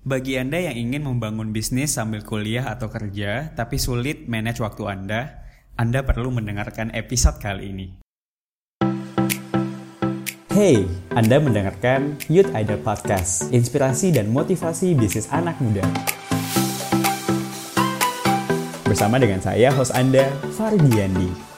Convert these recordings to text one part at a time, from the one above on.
Bagi Anda yang ingin membangun bisnis sambil kuliah atau kerja, tapi sulit manage waktu Anda perlu mendengarkan episode kali ini. Hey, Anda mendengarkan Youth Idol Podcast, inspirasi dan motivasi bisnis anak muda. Bersama dengan saya, host Anda, Fardiandi.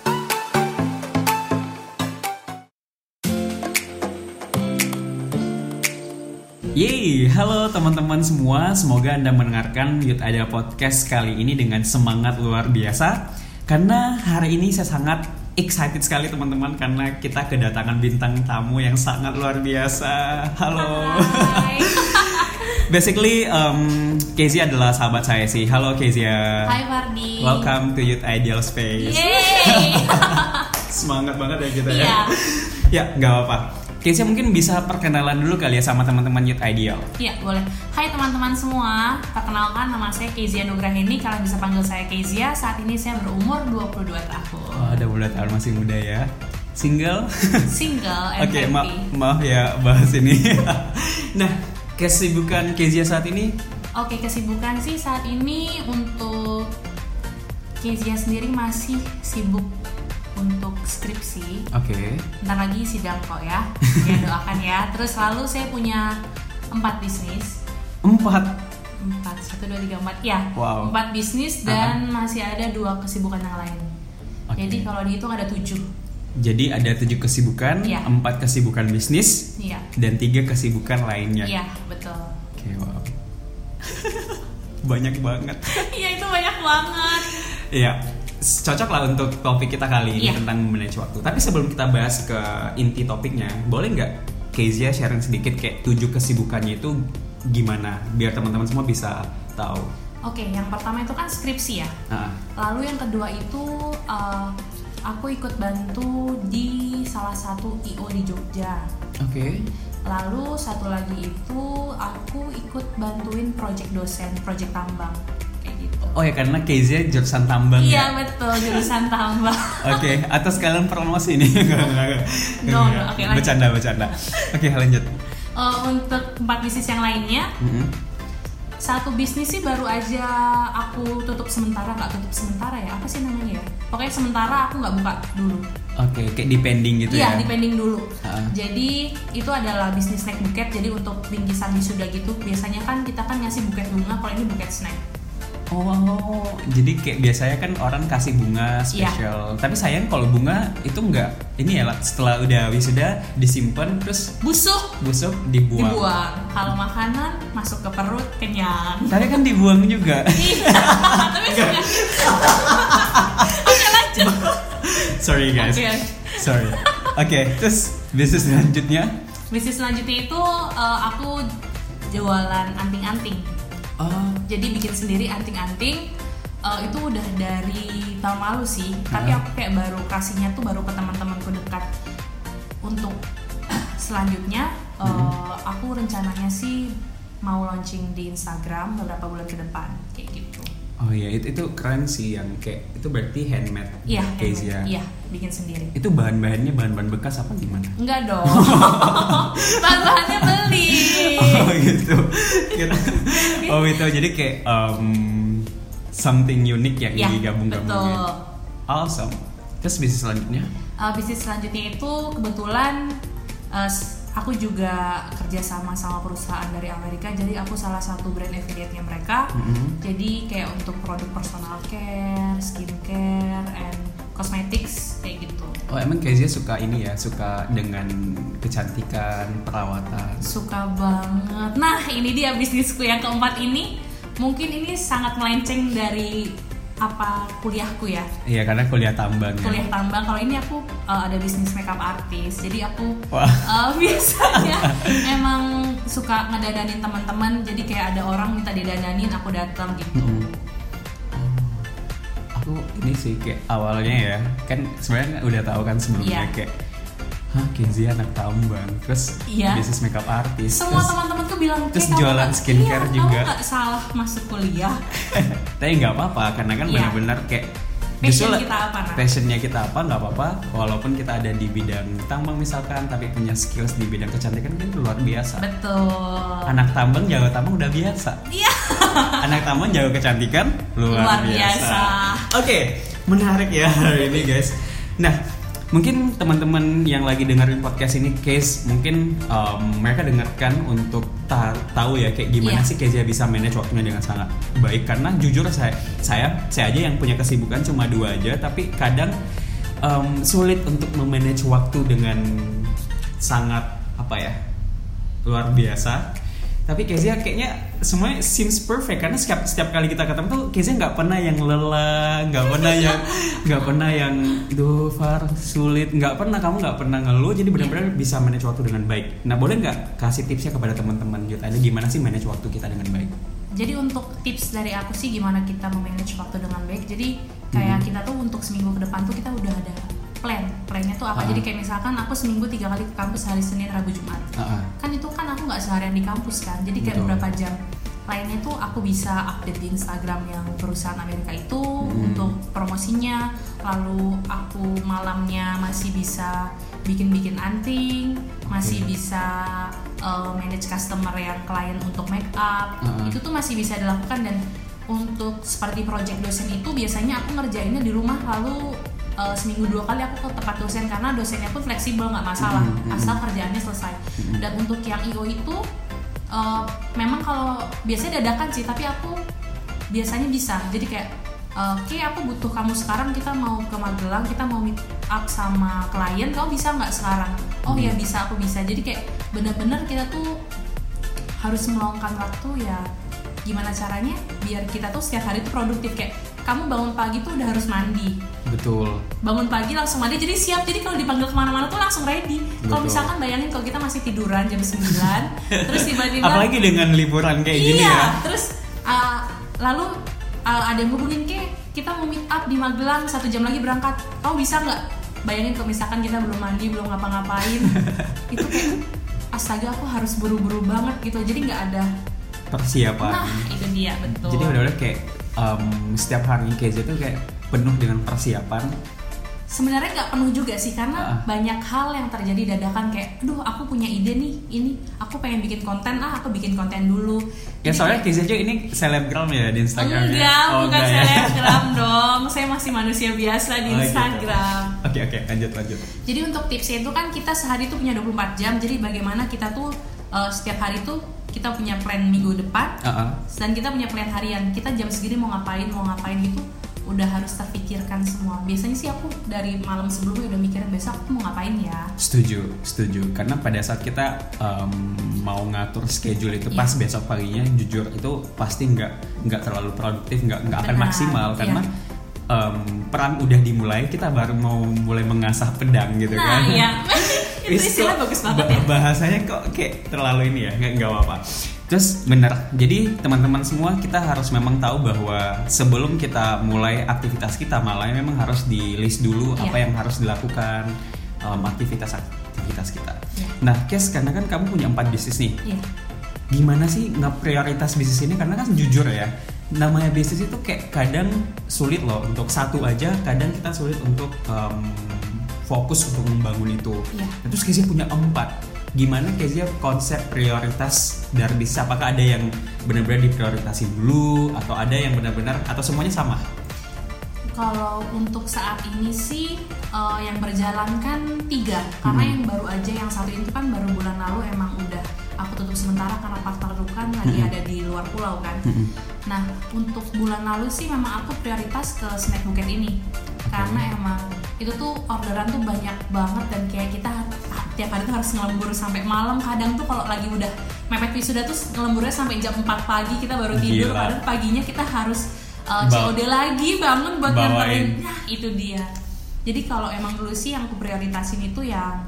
Yeay, halo teman-teman semua, semoga Anda mendengarkan Youth Idol Podcast kali ini dengan semangat luar biasa. Karena hari ini saya sangat excited sekali teman-teman, karena kita kedatangan bintang tamu yang sangat luar biasa. Halo. Hai. Basically, Kezia adalah sahabat saya sih. Halo Kezia. Hai Fardi. Welcome to Youth Idol Space. Yeay. Semangat banget ya kita ya. Iya. Ya, nggak apa-apa. Kezia mungkin bisa perkenalan dulu kali ya sama teman-teman Youth Ideal. Iya, boleh. Hai teman-teman semua, perkenalkan nama saya Kezia Nugraheni. Kalian bisa panggil saya Kezia. Saat ini saya berumur 22 tahun. Oh, 22 tahun, masih muda ya. Single? Single and Oke, happy. maaf ya bahas ini. Nah, kesibukan Kezia saat ini? Oke, kesibukan sih saat ini untuk Kezia sendiri masih sibuk untuk skripsi. Oke. Bentar lagi sidang kok ya. Ya doakan ya. Terus lalu saya punya 4 bisnis. 4? 1, 2, 3, 4 ya. Wow. 4 bisnis dan masih ada 2 kesibukan yang lain. Okay. Jadi kalau dihitung ada 7. Jadi ada 7 kesibukan, Iya. 4 kesibukan bisnis, Iya. dan 3 kesibukan lainnya. Iya, betul. Oke, wow. Banyak banget. Iya, itu banyak banget. Iya. Cocok lah untuk topik kita kali ini, Iya. tentang manage waktu. Tapi sebelum kita bahas ke inti topiknya, boleh nggak Kezia sharing sedikit kayak 7 kesibukannya itu gimana, biar teman-teman semua bisa tahu. Oke, yang pertama itu kan skripsi ya. Lalu yang kedua itu aku ikut bantu di salah satu IO di Jogja. Oke. Lalu satu lagi itu aku ikut bantuin project dosen, project tambang kayak gitu. Oh ya, karena Kezia jurusan tambang Iya ya? betul, jurusan tambang. Oke, atas kalian promosi nih. No, oke, lanjut. Bercanda. Oke, lanjut. Untuk 4 bisnis yang lainnya, satu bisnis sih baru aja aku tutup sementara, nggak tutup sementara ya, apa sih namanya ya? Pokoknya sementara aku nggak buka dulu. Oke, kayak depending gitu ya? Iya, depending dulu. Jadi itu adalah bisnis snack buket. Jadi untuk bingkisan wisuda gitu, biasanya kan kita kan ngasih buket bunga, kalau ini buket snack. Oh, jadi kayak biasanya kan orang kasih bunga spesial. Tapi sayang kalau bunga itu enggak, ini ya setelah udah wisuda disimpan terus busuk dibuang. Kalau makanan masuk ke perut kenyang. Tapi kan dibuang juga. Iya. Tapi suka. Oke, lanjut. Sorry guys. Oke. Sorry. Oke, terus bisnis selanjutnya? Bisnis selanjutnya itu aku jualan anting-anting. Oh. Jadi bikin sendiri anting-anting. Itu udah dari tahun lalu sih. Tapi aku kayak baru kasihnya tuh baru ke teman-temanku dekat. Untuk selanjutnya aku rencananya sih mau launching di Instagram beberapa bulan ke depan kayak gitu. Oh iya, itu keren sih, yang kayak itu berarti handmade. Iya, Kezia. iya, bikin sendiri. Itu bahan-bahannya bahan-bahan bekas apa gimana? Enggak dong. Bahan-bahannya beli. Oh gitu. Oh itu jadi kayak something unik yang Ya, digabung-gabungin. betul. Awesome. Terus bisnis selanjutnya? Bisnis selanjutnya itu kebetulan aku juga kerja sama perusahaan dari Amerika. Jadi aku salah satu brand affiliate-nya mereka. Jadi kayak untuk produk personal care, skincare, and cosmetics kayak gitu. Oh emang Kezia suka ini ya, suka dengan kecantikan, perawatan? Suka banget. Nah ini dia bisnisku yang keempat ini. Mungkin ini sangat melenceng dari apa kuliahku ya. Iya, karena kuliah tambang ya. Kuliah tambang. Kalau ini aku ada bisnis makeup artist. Jadi aku biasanya emang suka ngedadanin teman-teman. Jadi kayak ada orang minta didadanin, aku datang gitu. Aku ini sih kayak awalnya ya, kan sebenarnya udah tahu kan sebelumnya kayak Kezia anak tambang, terus bisnis makeup artist. Semua teman-temanku bilang terus jualan skincare juga. Kamu nggak salah masuk kuliah. Tapi nggak apa-apa, karena kan benar-benar kayak Passion kita apa, nah? Passionnya kita apa nggak apa-apa, walaupun kita ada di bidang tambang misalkan, tapi punya skills di bidang kecantikan kan luar biasa. Betul. Anak tambang jago tambang udah biasa. Iya. Anak tambang jago kecantikan luar biasa. Oke, menarik ya hari ini guys. Nah, mungkin teman-teman yang lagi dengerin podcast ini, case mungkin mereka dengarkan untuk tahu ya kayak gimana sih Kezia bisa manage waktunya dengan sangat baik. Karena jujur saya aja yang punya kesibukan cuma 2 aja, tapi kadang sulit untuk memanage waktu dengan sangat luar biasa. Tapi Kezia kayaknya semuanya seems perfect karena setiap kali kita ketemu tuh Kezia nggak pernah yang lelah, nggak pernah yang Far sulit, kamu nggak pernah ngeluh, jadi benar-benar bisa manage waktu dengan baik. Nah, boleh nggak kasih tipsnya kepada teman-teman Yud, ada gimana sih manage waktu kita dengan baik? Jadi untuk tips dari aku sih gimana kita memanage waktu dengan baik. Jadi kayak kita tuh untuk seminggu ke depan tuh kita udah ada plannya tuh apa. Jadi kayak misalkan aku seminggu 3 kali ke kampus, hari Senin, Rabu, Jumat. Kan itu kan aku nggak seharian di kampus kan, jadi kayak beberapa jam lainnya tuh aku bisa update di Instagram yang perusahaan Amerika itu untuk promosinya. Lalu aku malamnya masih bisa bikin anting, masih bisa manage customer yang klien untuk make up. Itu tuh masih bisa dilakukan. Dan untuk seperti project dosen itu biasanya aku ngerjainnya di rumah, lalu seminggu 2 kali aku ke tempat dosen karena dosennya pun fleksibel, nggak masalah asal kerjaannya selesai. Dan untuk yang IO itu memang kalau biasanya dadakan sih, tapi aku biasanya bisa. Jadi kayak oke, aku butuh kamu sekarang, kita mau ke Magelang, kita mau meet up sama klien, kamu bisa nggak sekarang? Oh ya bisa, aku bisa. Jadi kayak benar-benar kita tuh harus meluangkan waktu ya. Gimana caranya biar kita tuh setiap hari tuh produktif. Kayak kamu bangun pagi tuh udah harus mandi. Betul. Bangun pagi langsung mandi, jadi siap. Jadi kalau dipanggil kemana-mana tuh langsung ready. Kalau misalkan bayangin kalau kita masih tiduran jam 9 terus tiba-tiba apalagi dengan liburan kayak gini ya. Terus lalu ada yang hubungin, kita mau meet up di Magelang 1 jam lagi berangkat, kamu bisa nggak? Bayangin kalau misalkan kita belum mandi, belum ngapa-ngapain. Itu kayak astaga, aku harus buru-buru banget gitu. Jadi nggak ada persiapan. Nah, itu dia, betul. Jadi benar-benar kayak setiap hari Kezia tuh kayak penuh dengan persiapan. Sebenarnya nggak penuh juga sih, karena banyak hal yang terjadi dadakan. Kayak, aduh aku punya ide nih, ini aku pengen bikin konten, aku bikin konten dulu. Ya soalnya Kezia juga ini selebgram ya di Instagram. Enggak, bukan selebgram dong. Saya masih manusia biasa di Instagram. Oke, lanjut. Jadi untuk tipsnya itu kan kita sehari tuh punya 24 jam. Jadi bagaimana kita tuh setiap hari tuh kita punya plan minggu depan, dan kita punya plan harian. Kita jam segini mau ngapain gitu, udah harus terpikirkan semua. Biasanya sih aku dari malam sebelumnya udah mikirin besok aku mau ngapain ya. Setuju. Karena pada saat kita mau ngatur schedule itu pas besok paginya, jujur itu pasti nggak terlalu produktif, nggak akan maksimal. Karena perang udah dimulai, kita baru mau mulai mengasah pedang gitu kan. Iya. Itu istilah bagus banget ya. Bahasanya kok kayak terlalu ini ya, nggak apa-apa. Terus bener, jadi teman-teman semua kita harus memang tahu bahwa sebelum kita mulai aktivitas kita, malah memang harus di list dulu apa yang harus dilakukan, aktivitas kita. Nah, Kes, karena kan kamu punya 4 bisnis nih. Gimana sih nge-prioritas bisnis ini? Karena kan jujur ya, namanya bisnis itu kayak kadang sulit loh untuk satu aja, kadang kita sulit untuk fokus untuk membangun itu. Terus Kezia punya 4. Gimana Kezia konsep prioritas dari bisnis? Apakah ada yang benar-benar diprioritasasi dulu, atau ada yang benar-benar, atau semuanya sama? Kalau untuk saat ini sih yang berjalan kan 3. Karena yang baru aja yang satu itu kan baru bulan lalu emang udah aku tutup sementara karena partner kan lagi ada di luar pulau kan. Nah, untuk bulan lalu sih memang aku prioritas ke Snack Buket ini. Karena emang itu tuh orderan tuh banyak banget, dan kayak kita tiap hari tuh harus ngelembur sampai malam. Kadang tuh kalau lagi udah mepet wisuda tuh ngelemburnya sampai jam 4 pagi kita baru tidur. Kadang paginya kita harus COD lagi bangun buat nganterin. Nah, itu dia. Jadi kalau emang dulu sih yang aku prioritasin itu yang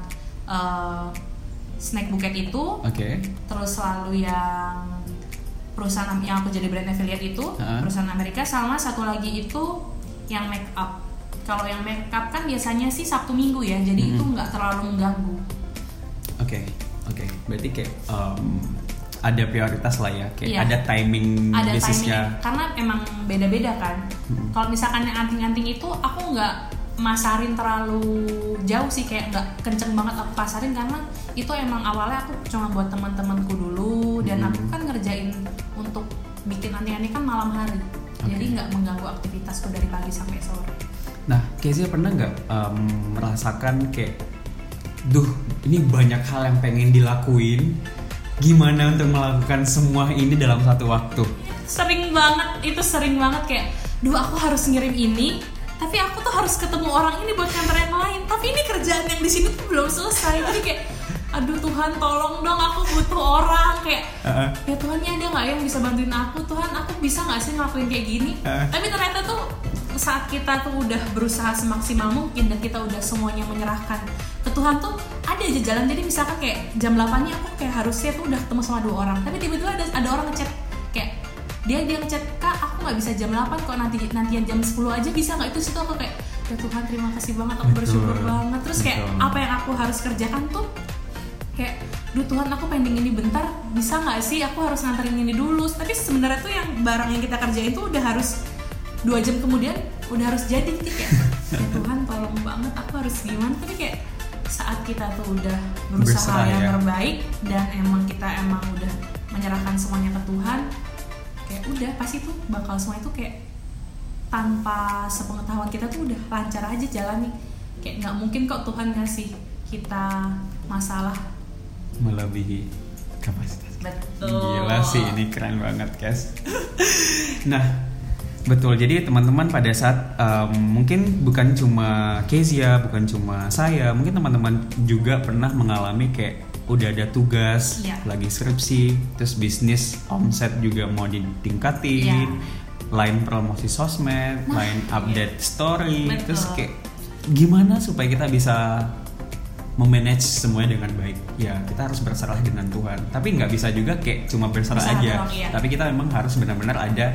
Snack Buket itu. Terus selalu yang perusahaan yang aku jadi brand affiliate itu, perusahaan Amerika, sama satu lagi itu yang make up. Kalau yang make up kan biasanya sih Sabtu Minggu ya, jadi itu nggak terlalu mengganggu. Oke. Berarti kayak ada prioritas lah ya, kayak Iya. ada timing Ada bisnisnya. timing karena emang beda-beda kan. Kalau misalkan yang anting-anting itu aku nggak masarin terlalu jauh sih, kayak nggak kenceng banget aku pasarin karena itu emang awalnya aku cuma buat teman-temanku dulu dan aku kan ngerjain untuk bikin anting-anting kan malam hari, jadi nggak mengganggu aktivitasku dari pagi sampai sore. Nah, Kezia pernah nggak merasakan kayak, duh ini banyak hal yang pengen dilakuin, gimana untuk melakukan semua ini dalam satu waktu? Sering banget kayak, duh aku harus ngirim ini, tapi aku tuh harus ketemu orang ini buat nganter yang lain, tapi ini kerjaan yang di sini tuh belum selesai, jadi kayak, aduh Tuhan tolong dong, aku butuh orang, kayak ya Tuhan ya ada nggak yang bisa bantuin aku, Tuhan aku bisa nggak sih ngelakuin kayak gini. Tapi ternyata tuh saat kita tuh udah berusaha semaksimal mungkin dan kita udah semuanya menyerahkan ke Tuhan tuh ada aja jalan. Jadi misalkan kayak jam 8-nya aku kayak harusnya tuh udah ketemu sama 2 orang, tapi tiba-tiba ada orang ngechat kayak dia ngechat, Kak aku nggak bisa jam 8 kok, nantian jam 10 aja bisa nggak? Itu situ aku kayak, ya Tuhan terima kasih banget, aku bersyukur banget. Terus kayak apa yang aku harus kerjakan tuh kayak, duh Tuhan aku pending ini bentar, bisa nggak sih aku harus nganterin ini dulu. Tapi sebenarnya tuh yang barang yang kita kerjain tuh udah harus 2 jam kemudian udah harus jadi. Jadi kayak ya Tuhan tolong banget, aku harus gimana. Tapi kayak saat kita tuh udah berusaha yang terbaik dan kita udah menyerahkan semuanya ke Tuhan, kayak udah pasti tuh bakal semua itu kayak tanpa sepengetahuan kita tuh udah lancar aja jalannya. Kayak nggak mungkin kok Tuhan ngasih kita masalah Melebihi kapasitas. Betul. Gila sih, ini keren banget guys. Nah, betul. Jadi teman-teman pada saat mungkin bukan cuma Kezia, bukan cuma saya, mungkin teman-teman juga pernah mengalami kayak udah ada tugas, lagi skripsi, terus bisnis omset juga mau ditingkatin, lain promosi sosmed, lain update story. Betul. Terus kayak gimana supaya kita bisa memanage semuanya dengan baik? Ya kita harus berserah dengan Tuhan. Tapi nggak bisa juga kayak cuma berserah aja. Tapi kita memang harus benar-benar ada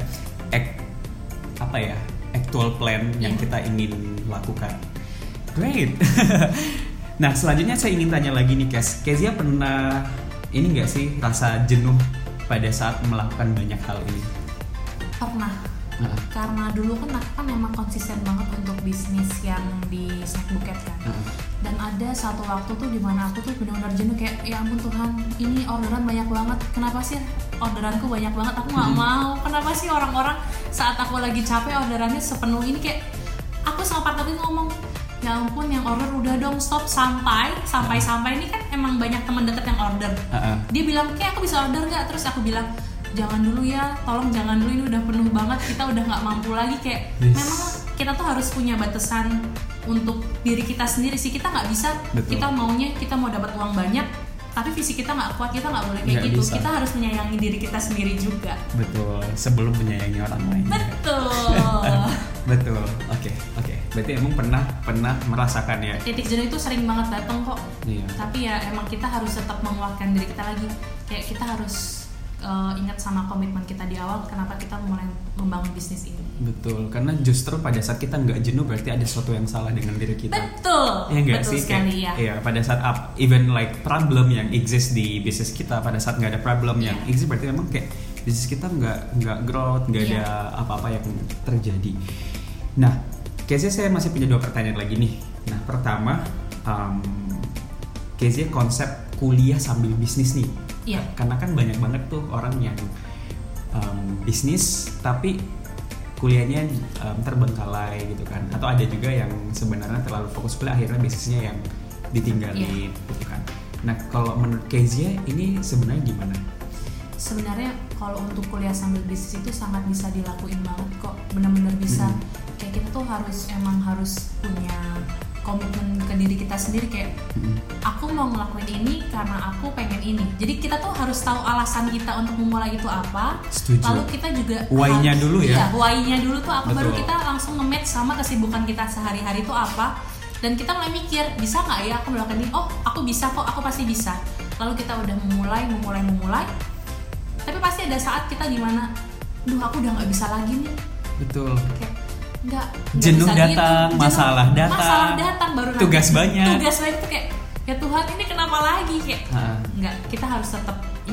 actual plan yang kita ingin lakukan. Great. Nah selanjutnya saya ingin tanya lagi nih Kezia pernah ini nggak sih rasa jenuh pada saat melakukan banyak hal ini? Pernah. Karena dulu kan aku kan emang konsisten banget untuk bisnis yang di Snack Buket kan. Dan ada satu waktu tuh dimana aku tuh benar-benar jenuh kayak, ya ampun Tuhan, ini orderan banyak banget. Kenapa sih orderanku banyak banget? Aku nggak mau. Kenapa sih orang-orang saat aku lagi capek orderannya sepenuh ini? Kayak aku sama partnerku ngomong, ya ampun yang order udah dong stop sampai ini kan emang banyak teman deket yang order. Dia bilang kayak aku bisa order nggak? Terus aku bilang jangan dulu ya, tolong jangan dulu, ini udah penuh banget, kita udah nggak mampu lagi. Kayak memang kita tuh harus punya batasan untuk diri kita sendiri sih. Kita nggak bisa, kita mau dapat uang banyak tapi visi kita nggak kuat, kita nggak boleh kayak gitu. Bisa. Kita harus menyayangi diri kita sendiri juga. Betul, sebelum menyayangi orang lain. Betul. Betul. Oke. Berarti emang pernah merasakan ya. Titik jenuh itu sering banget datang kok. Iya. Tapi ya emang kita harus tetap menguatkan diri kita lagi. Kayak kita harus ingat sama komitmen kita di awal, kenapa kita mulai membangun bisnis ini. Betul, karena justru pada saat kita nggak jenuh berarti ada sesuatu yang salah dengan diri kita. Betul, ya nggak betul sih? Sekali, ya pada saat even like problem yang exist di bisnis kita, pada saat nggak ada problem yang exist berarti memang kayak bisnis kita nggak growth, nggak ada apa-apa yang terjadi. Nah, Kezia saya masih punya 2 pertanyaan lagi nih. Nah, pertama, Kezia konsep kuliah sambil bisnis nih. Iya. Karena kan banyak banget tuh orang yang bisnis tapi kuliahnya terbengkalai gitu kan, atau ada juga yang sebenarnya terlalu fokus kuliah akhirnya bisnisnya yang ditinggalin gitu kan. Nah kalau menurut Kezia ini sebenarnya gimana? Sebenarnya kalau untuk kuliah sambil bisnis itu sangat bisa dilakuin banget kok, benar-benar bisa. Kayak kita tuh harus punya komitmen ke diri kita sendiri, kayak aku mau ngelakuin ini karena aku pengen ini. Jadi kita tuh harus tahu alasan kita untuk memulai itu apa. Setuju. Lalu kita juga why-nya dulu ya. Iya, why-nya dulu tuh apa. Betul. Baru kita langsung nge-match sama kesibukan kita sehari-hari itu apa. Dan kita mulai mikir, bisa nggak ya aku melakukan ini? Oh, aku bisa kok, aku pasti bisa. Lalu kita udah memulai. Tapi pasti ada saat kita dimana, duh aku udah nggak bisa lagi nih. Betul. Kayak, Nggak jenuh bisa datang, gitu. masalah datang baru tugas banyak tuh kayak ya Tuhan ini kenapa lagi kayak nggak, kita harus tetap ingat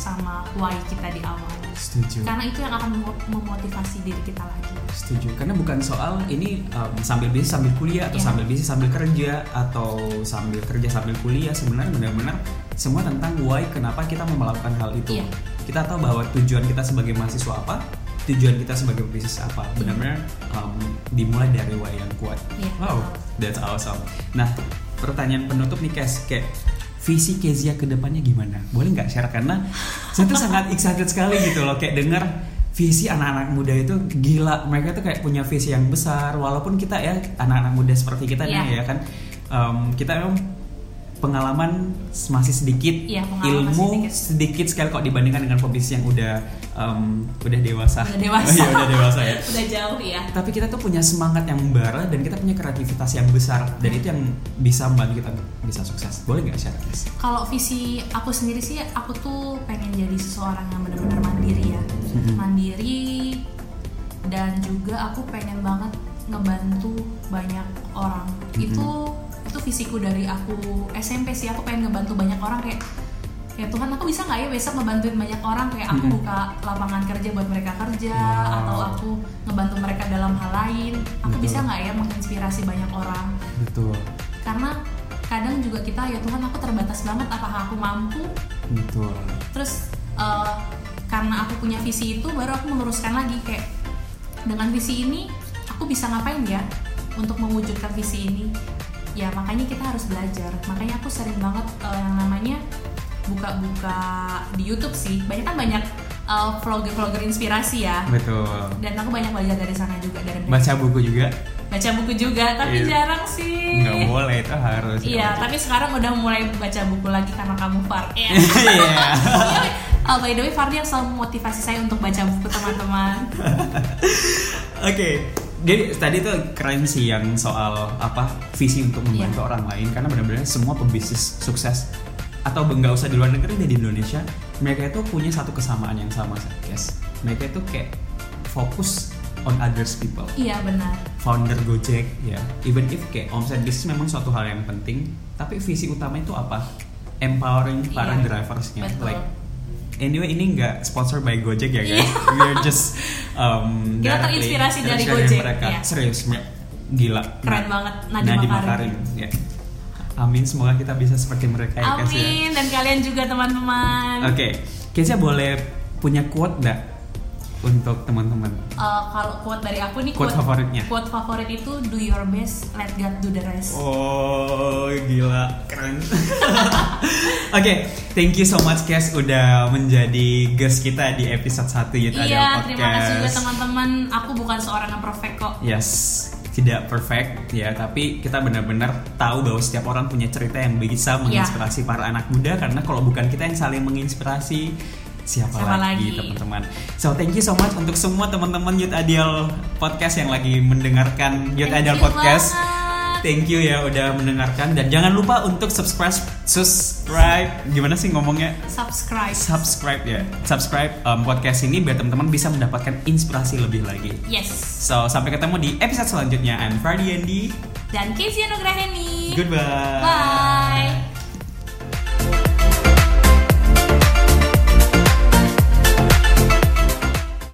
sama why kita di awal. Setuju. Karena itu yang akan memotivasi diri kita lagi. Setuju. Karena bukan soal ini sambil bisnis sambil kuliah atau sambil bisnis sambil kerja atau sambil kerja sambil kuliah. Sebenarnya benar-benar semua tentang why, kenapa kita mau melakukan hal itu. Kita tahu bahwa tujuan kita sebagai mahasiswa apa, tujuan kita sebagai bisnis apa. Benar-benar dimulai dari why yang kuat. Wow, that's awesome. Nah, pertanyaan penutup nih Kes, kayak visi Kezia ke depannya gimana? Boleh nggak share? Karena saya tuh sangat excited sekali gitu loh, kayak dengar visi anak-anak muda itu gila. Mereka tuh kayak punya visi yang besar, walaupun kita ya anak-anak muda seperti kita nih ya kan, kita memang pengalaman masih sedikit, ilmu sedikit sekali kok dibandingkan dengan pebisnis yang udah dewasa. Udah dewasa ya. Udah jauh ya. Tapi kita tuh punya semangat yang membara dan kita punya kreativitas yang besar, dan itu yang bisa membantu kita untuk bisa sukses. Boleh nggak share, guys? Kalau visi aku sendiri sih, aku tuh pengen jadi seseorang yang benar-benar mandiri ya. Mandiri, dan juga aku pengen banget ngebantu banyak orang. Itu visiku dari aku SMP sih. Aku pengen ngebantu banyak orang, kayak Tuhan, aku bisa nggak ya besok ngebantuin banyak orang, kayak aku buka lapangan kerja buat mereka kerja, atau aku ngebantu mereka dalam hal lain. Aku bisa nggak ya menginspirasi banyak orang. Betul. Karena kadang juga kita, ya Tuhan, aku terbatas banget, apakah aku mampu? Betul. Terus karena aku punya visi itu, baru aku meluruskan lagi, kayak dengan visi ini aku bisa ngapain ya untuk mewujudkan visi ini. Ya makanya kita harus belajar. Makanya aku sering banget yang namanya buka-buka di YouTube sih. Banyak vlogger-vlogger inspirasi ya. Betul. Dan aku banyak belajar dari sana juga, dari mereka. Baca buku juga, tapi jarang sih. Nggak boleh, itu harus. Iya, tapi sekarang udah mulai baca buku lagi karena kamu Far. Iya. By the way, Fardi yang selalu memotivasi saya untuk baca buku, teman-teman. Oke. Jadi tadi tuh keren sih yang soal visi untuk membantu orang lain, karena benar-benar semua pebisnis sukses atau nggak usah di luar negeri dan di Indonesia, mereka itu punya satu kesamaan yang sama, guys. Mereka itu kayak fokus on others people. Iya, benar. Founder Gojek ya, even if kayak omset bisnis memang suatu hal yang penting, tapi visi utama itu apa? Empowering para driversnya. Like anyway, ini nggak sponsor by Gojek ya guys. We're just kita terinspirasi dari Gojek mereka. Ya. Serius, gila. Keren banget, Nadiem Makarim. Ya. Amin, semoga kita bisa seperti mereka ya guys. Amin, dan kalian juga teman-teman. Oke, Kezia boleh punya quote nggak untuk teman-teman? Kalau quote dari aku nih, quote favoritnya. Quote favorit itu do your best, let God do the rest. Oh, gila, keren. Oke, thank you so much Kes udah menjadi guest kita di episode 1 Youth Ideal Podcast. Terima kasih juga teman-teman. Aku bukan seorang yang perfect kok. Yes, tidak perfect ya, tapi kita benar-benar tahu bahwa setiap orang punya cerita yang bisa menginspirasi para anak muda, karena kalau bukan kita yang saling menginspirasi, siapa lagi teman-teman. So thank you so much untuk semua teman-teman Youth Ideal Podcast yang lagi mendengarkan Youth Ideal Podcast. Thank you ya udah mendengarkan, dan jangan lupa untuk subscribe. Gimana sih ngomongnya? Subscribe ya. Subscribe podcast ini biar teman-teman bisa mendapatkan inspirasi lebih lagi. Yes. So sampai ketemu di episode selanjutnya. I'm Fardi Andy dan Kezia Nugraheni. Goodbye. Bye.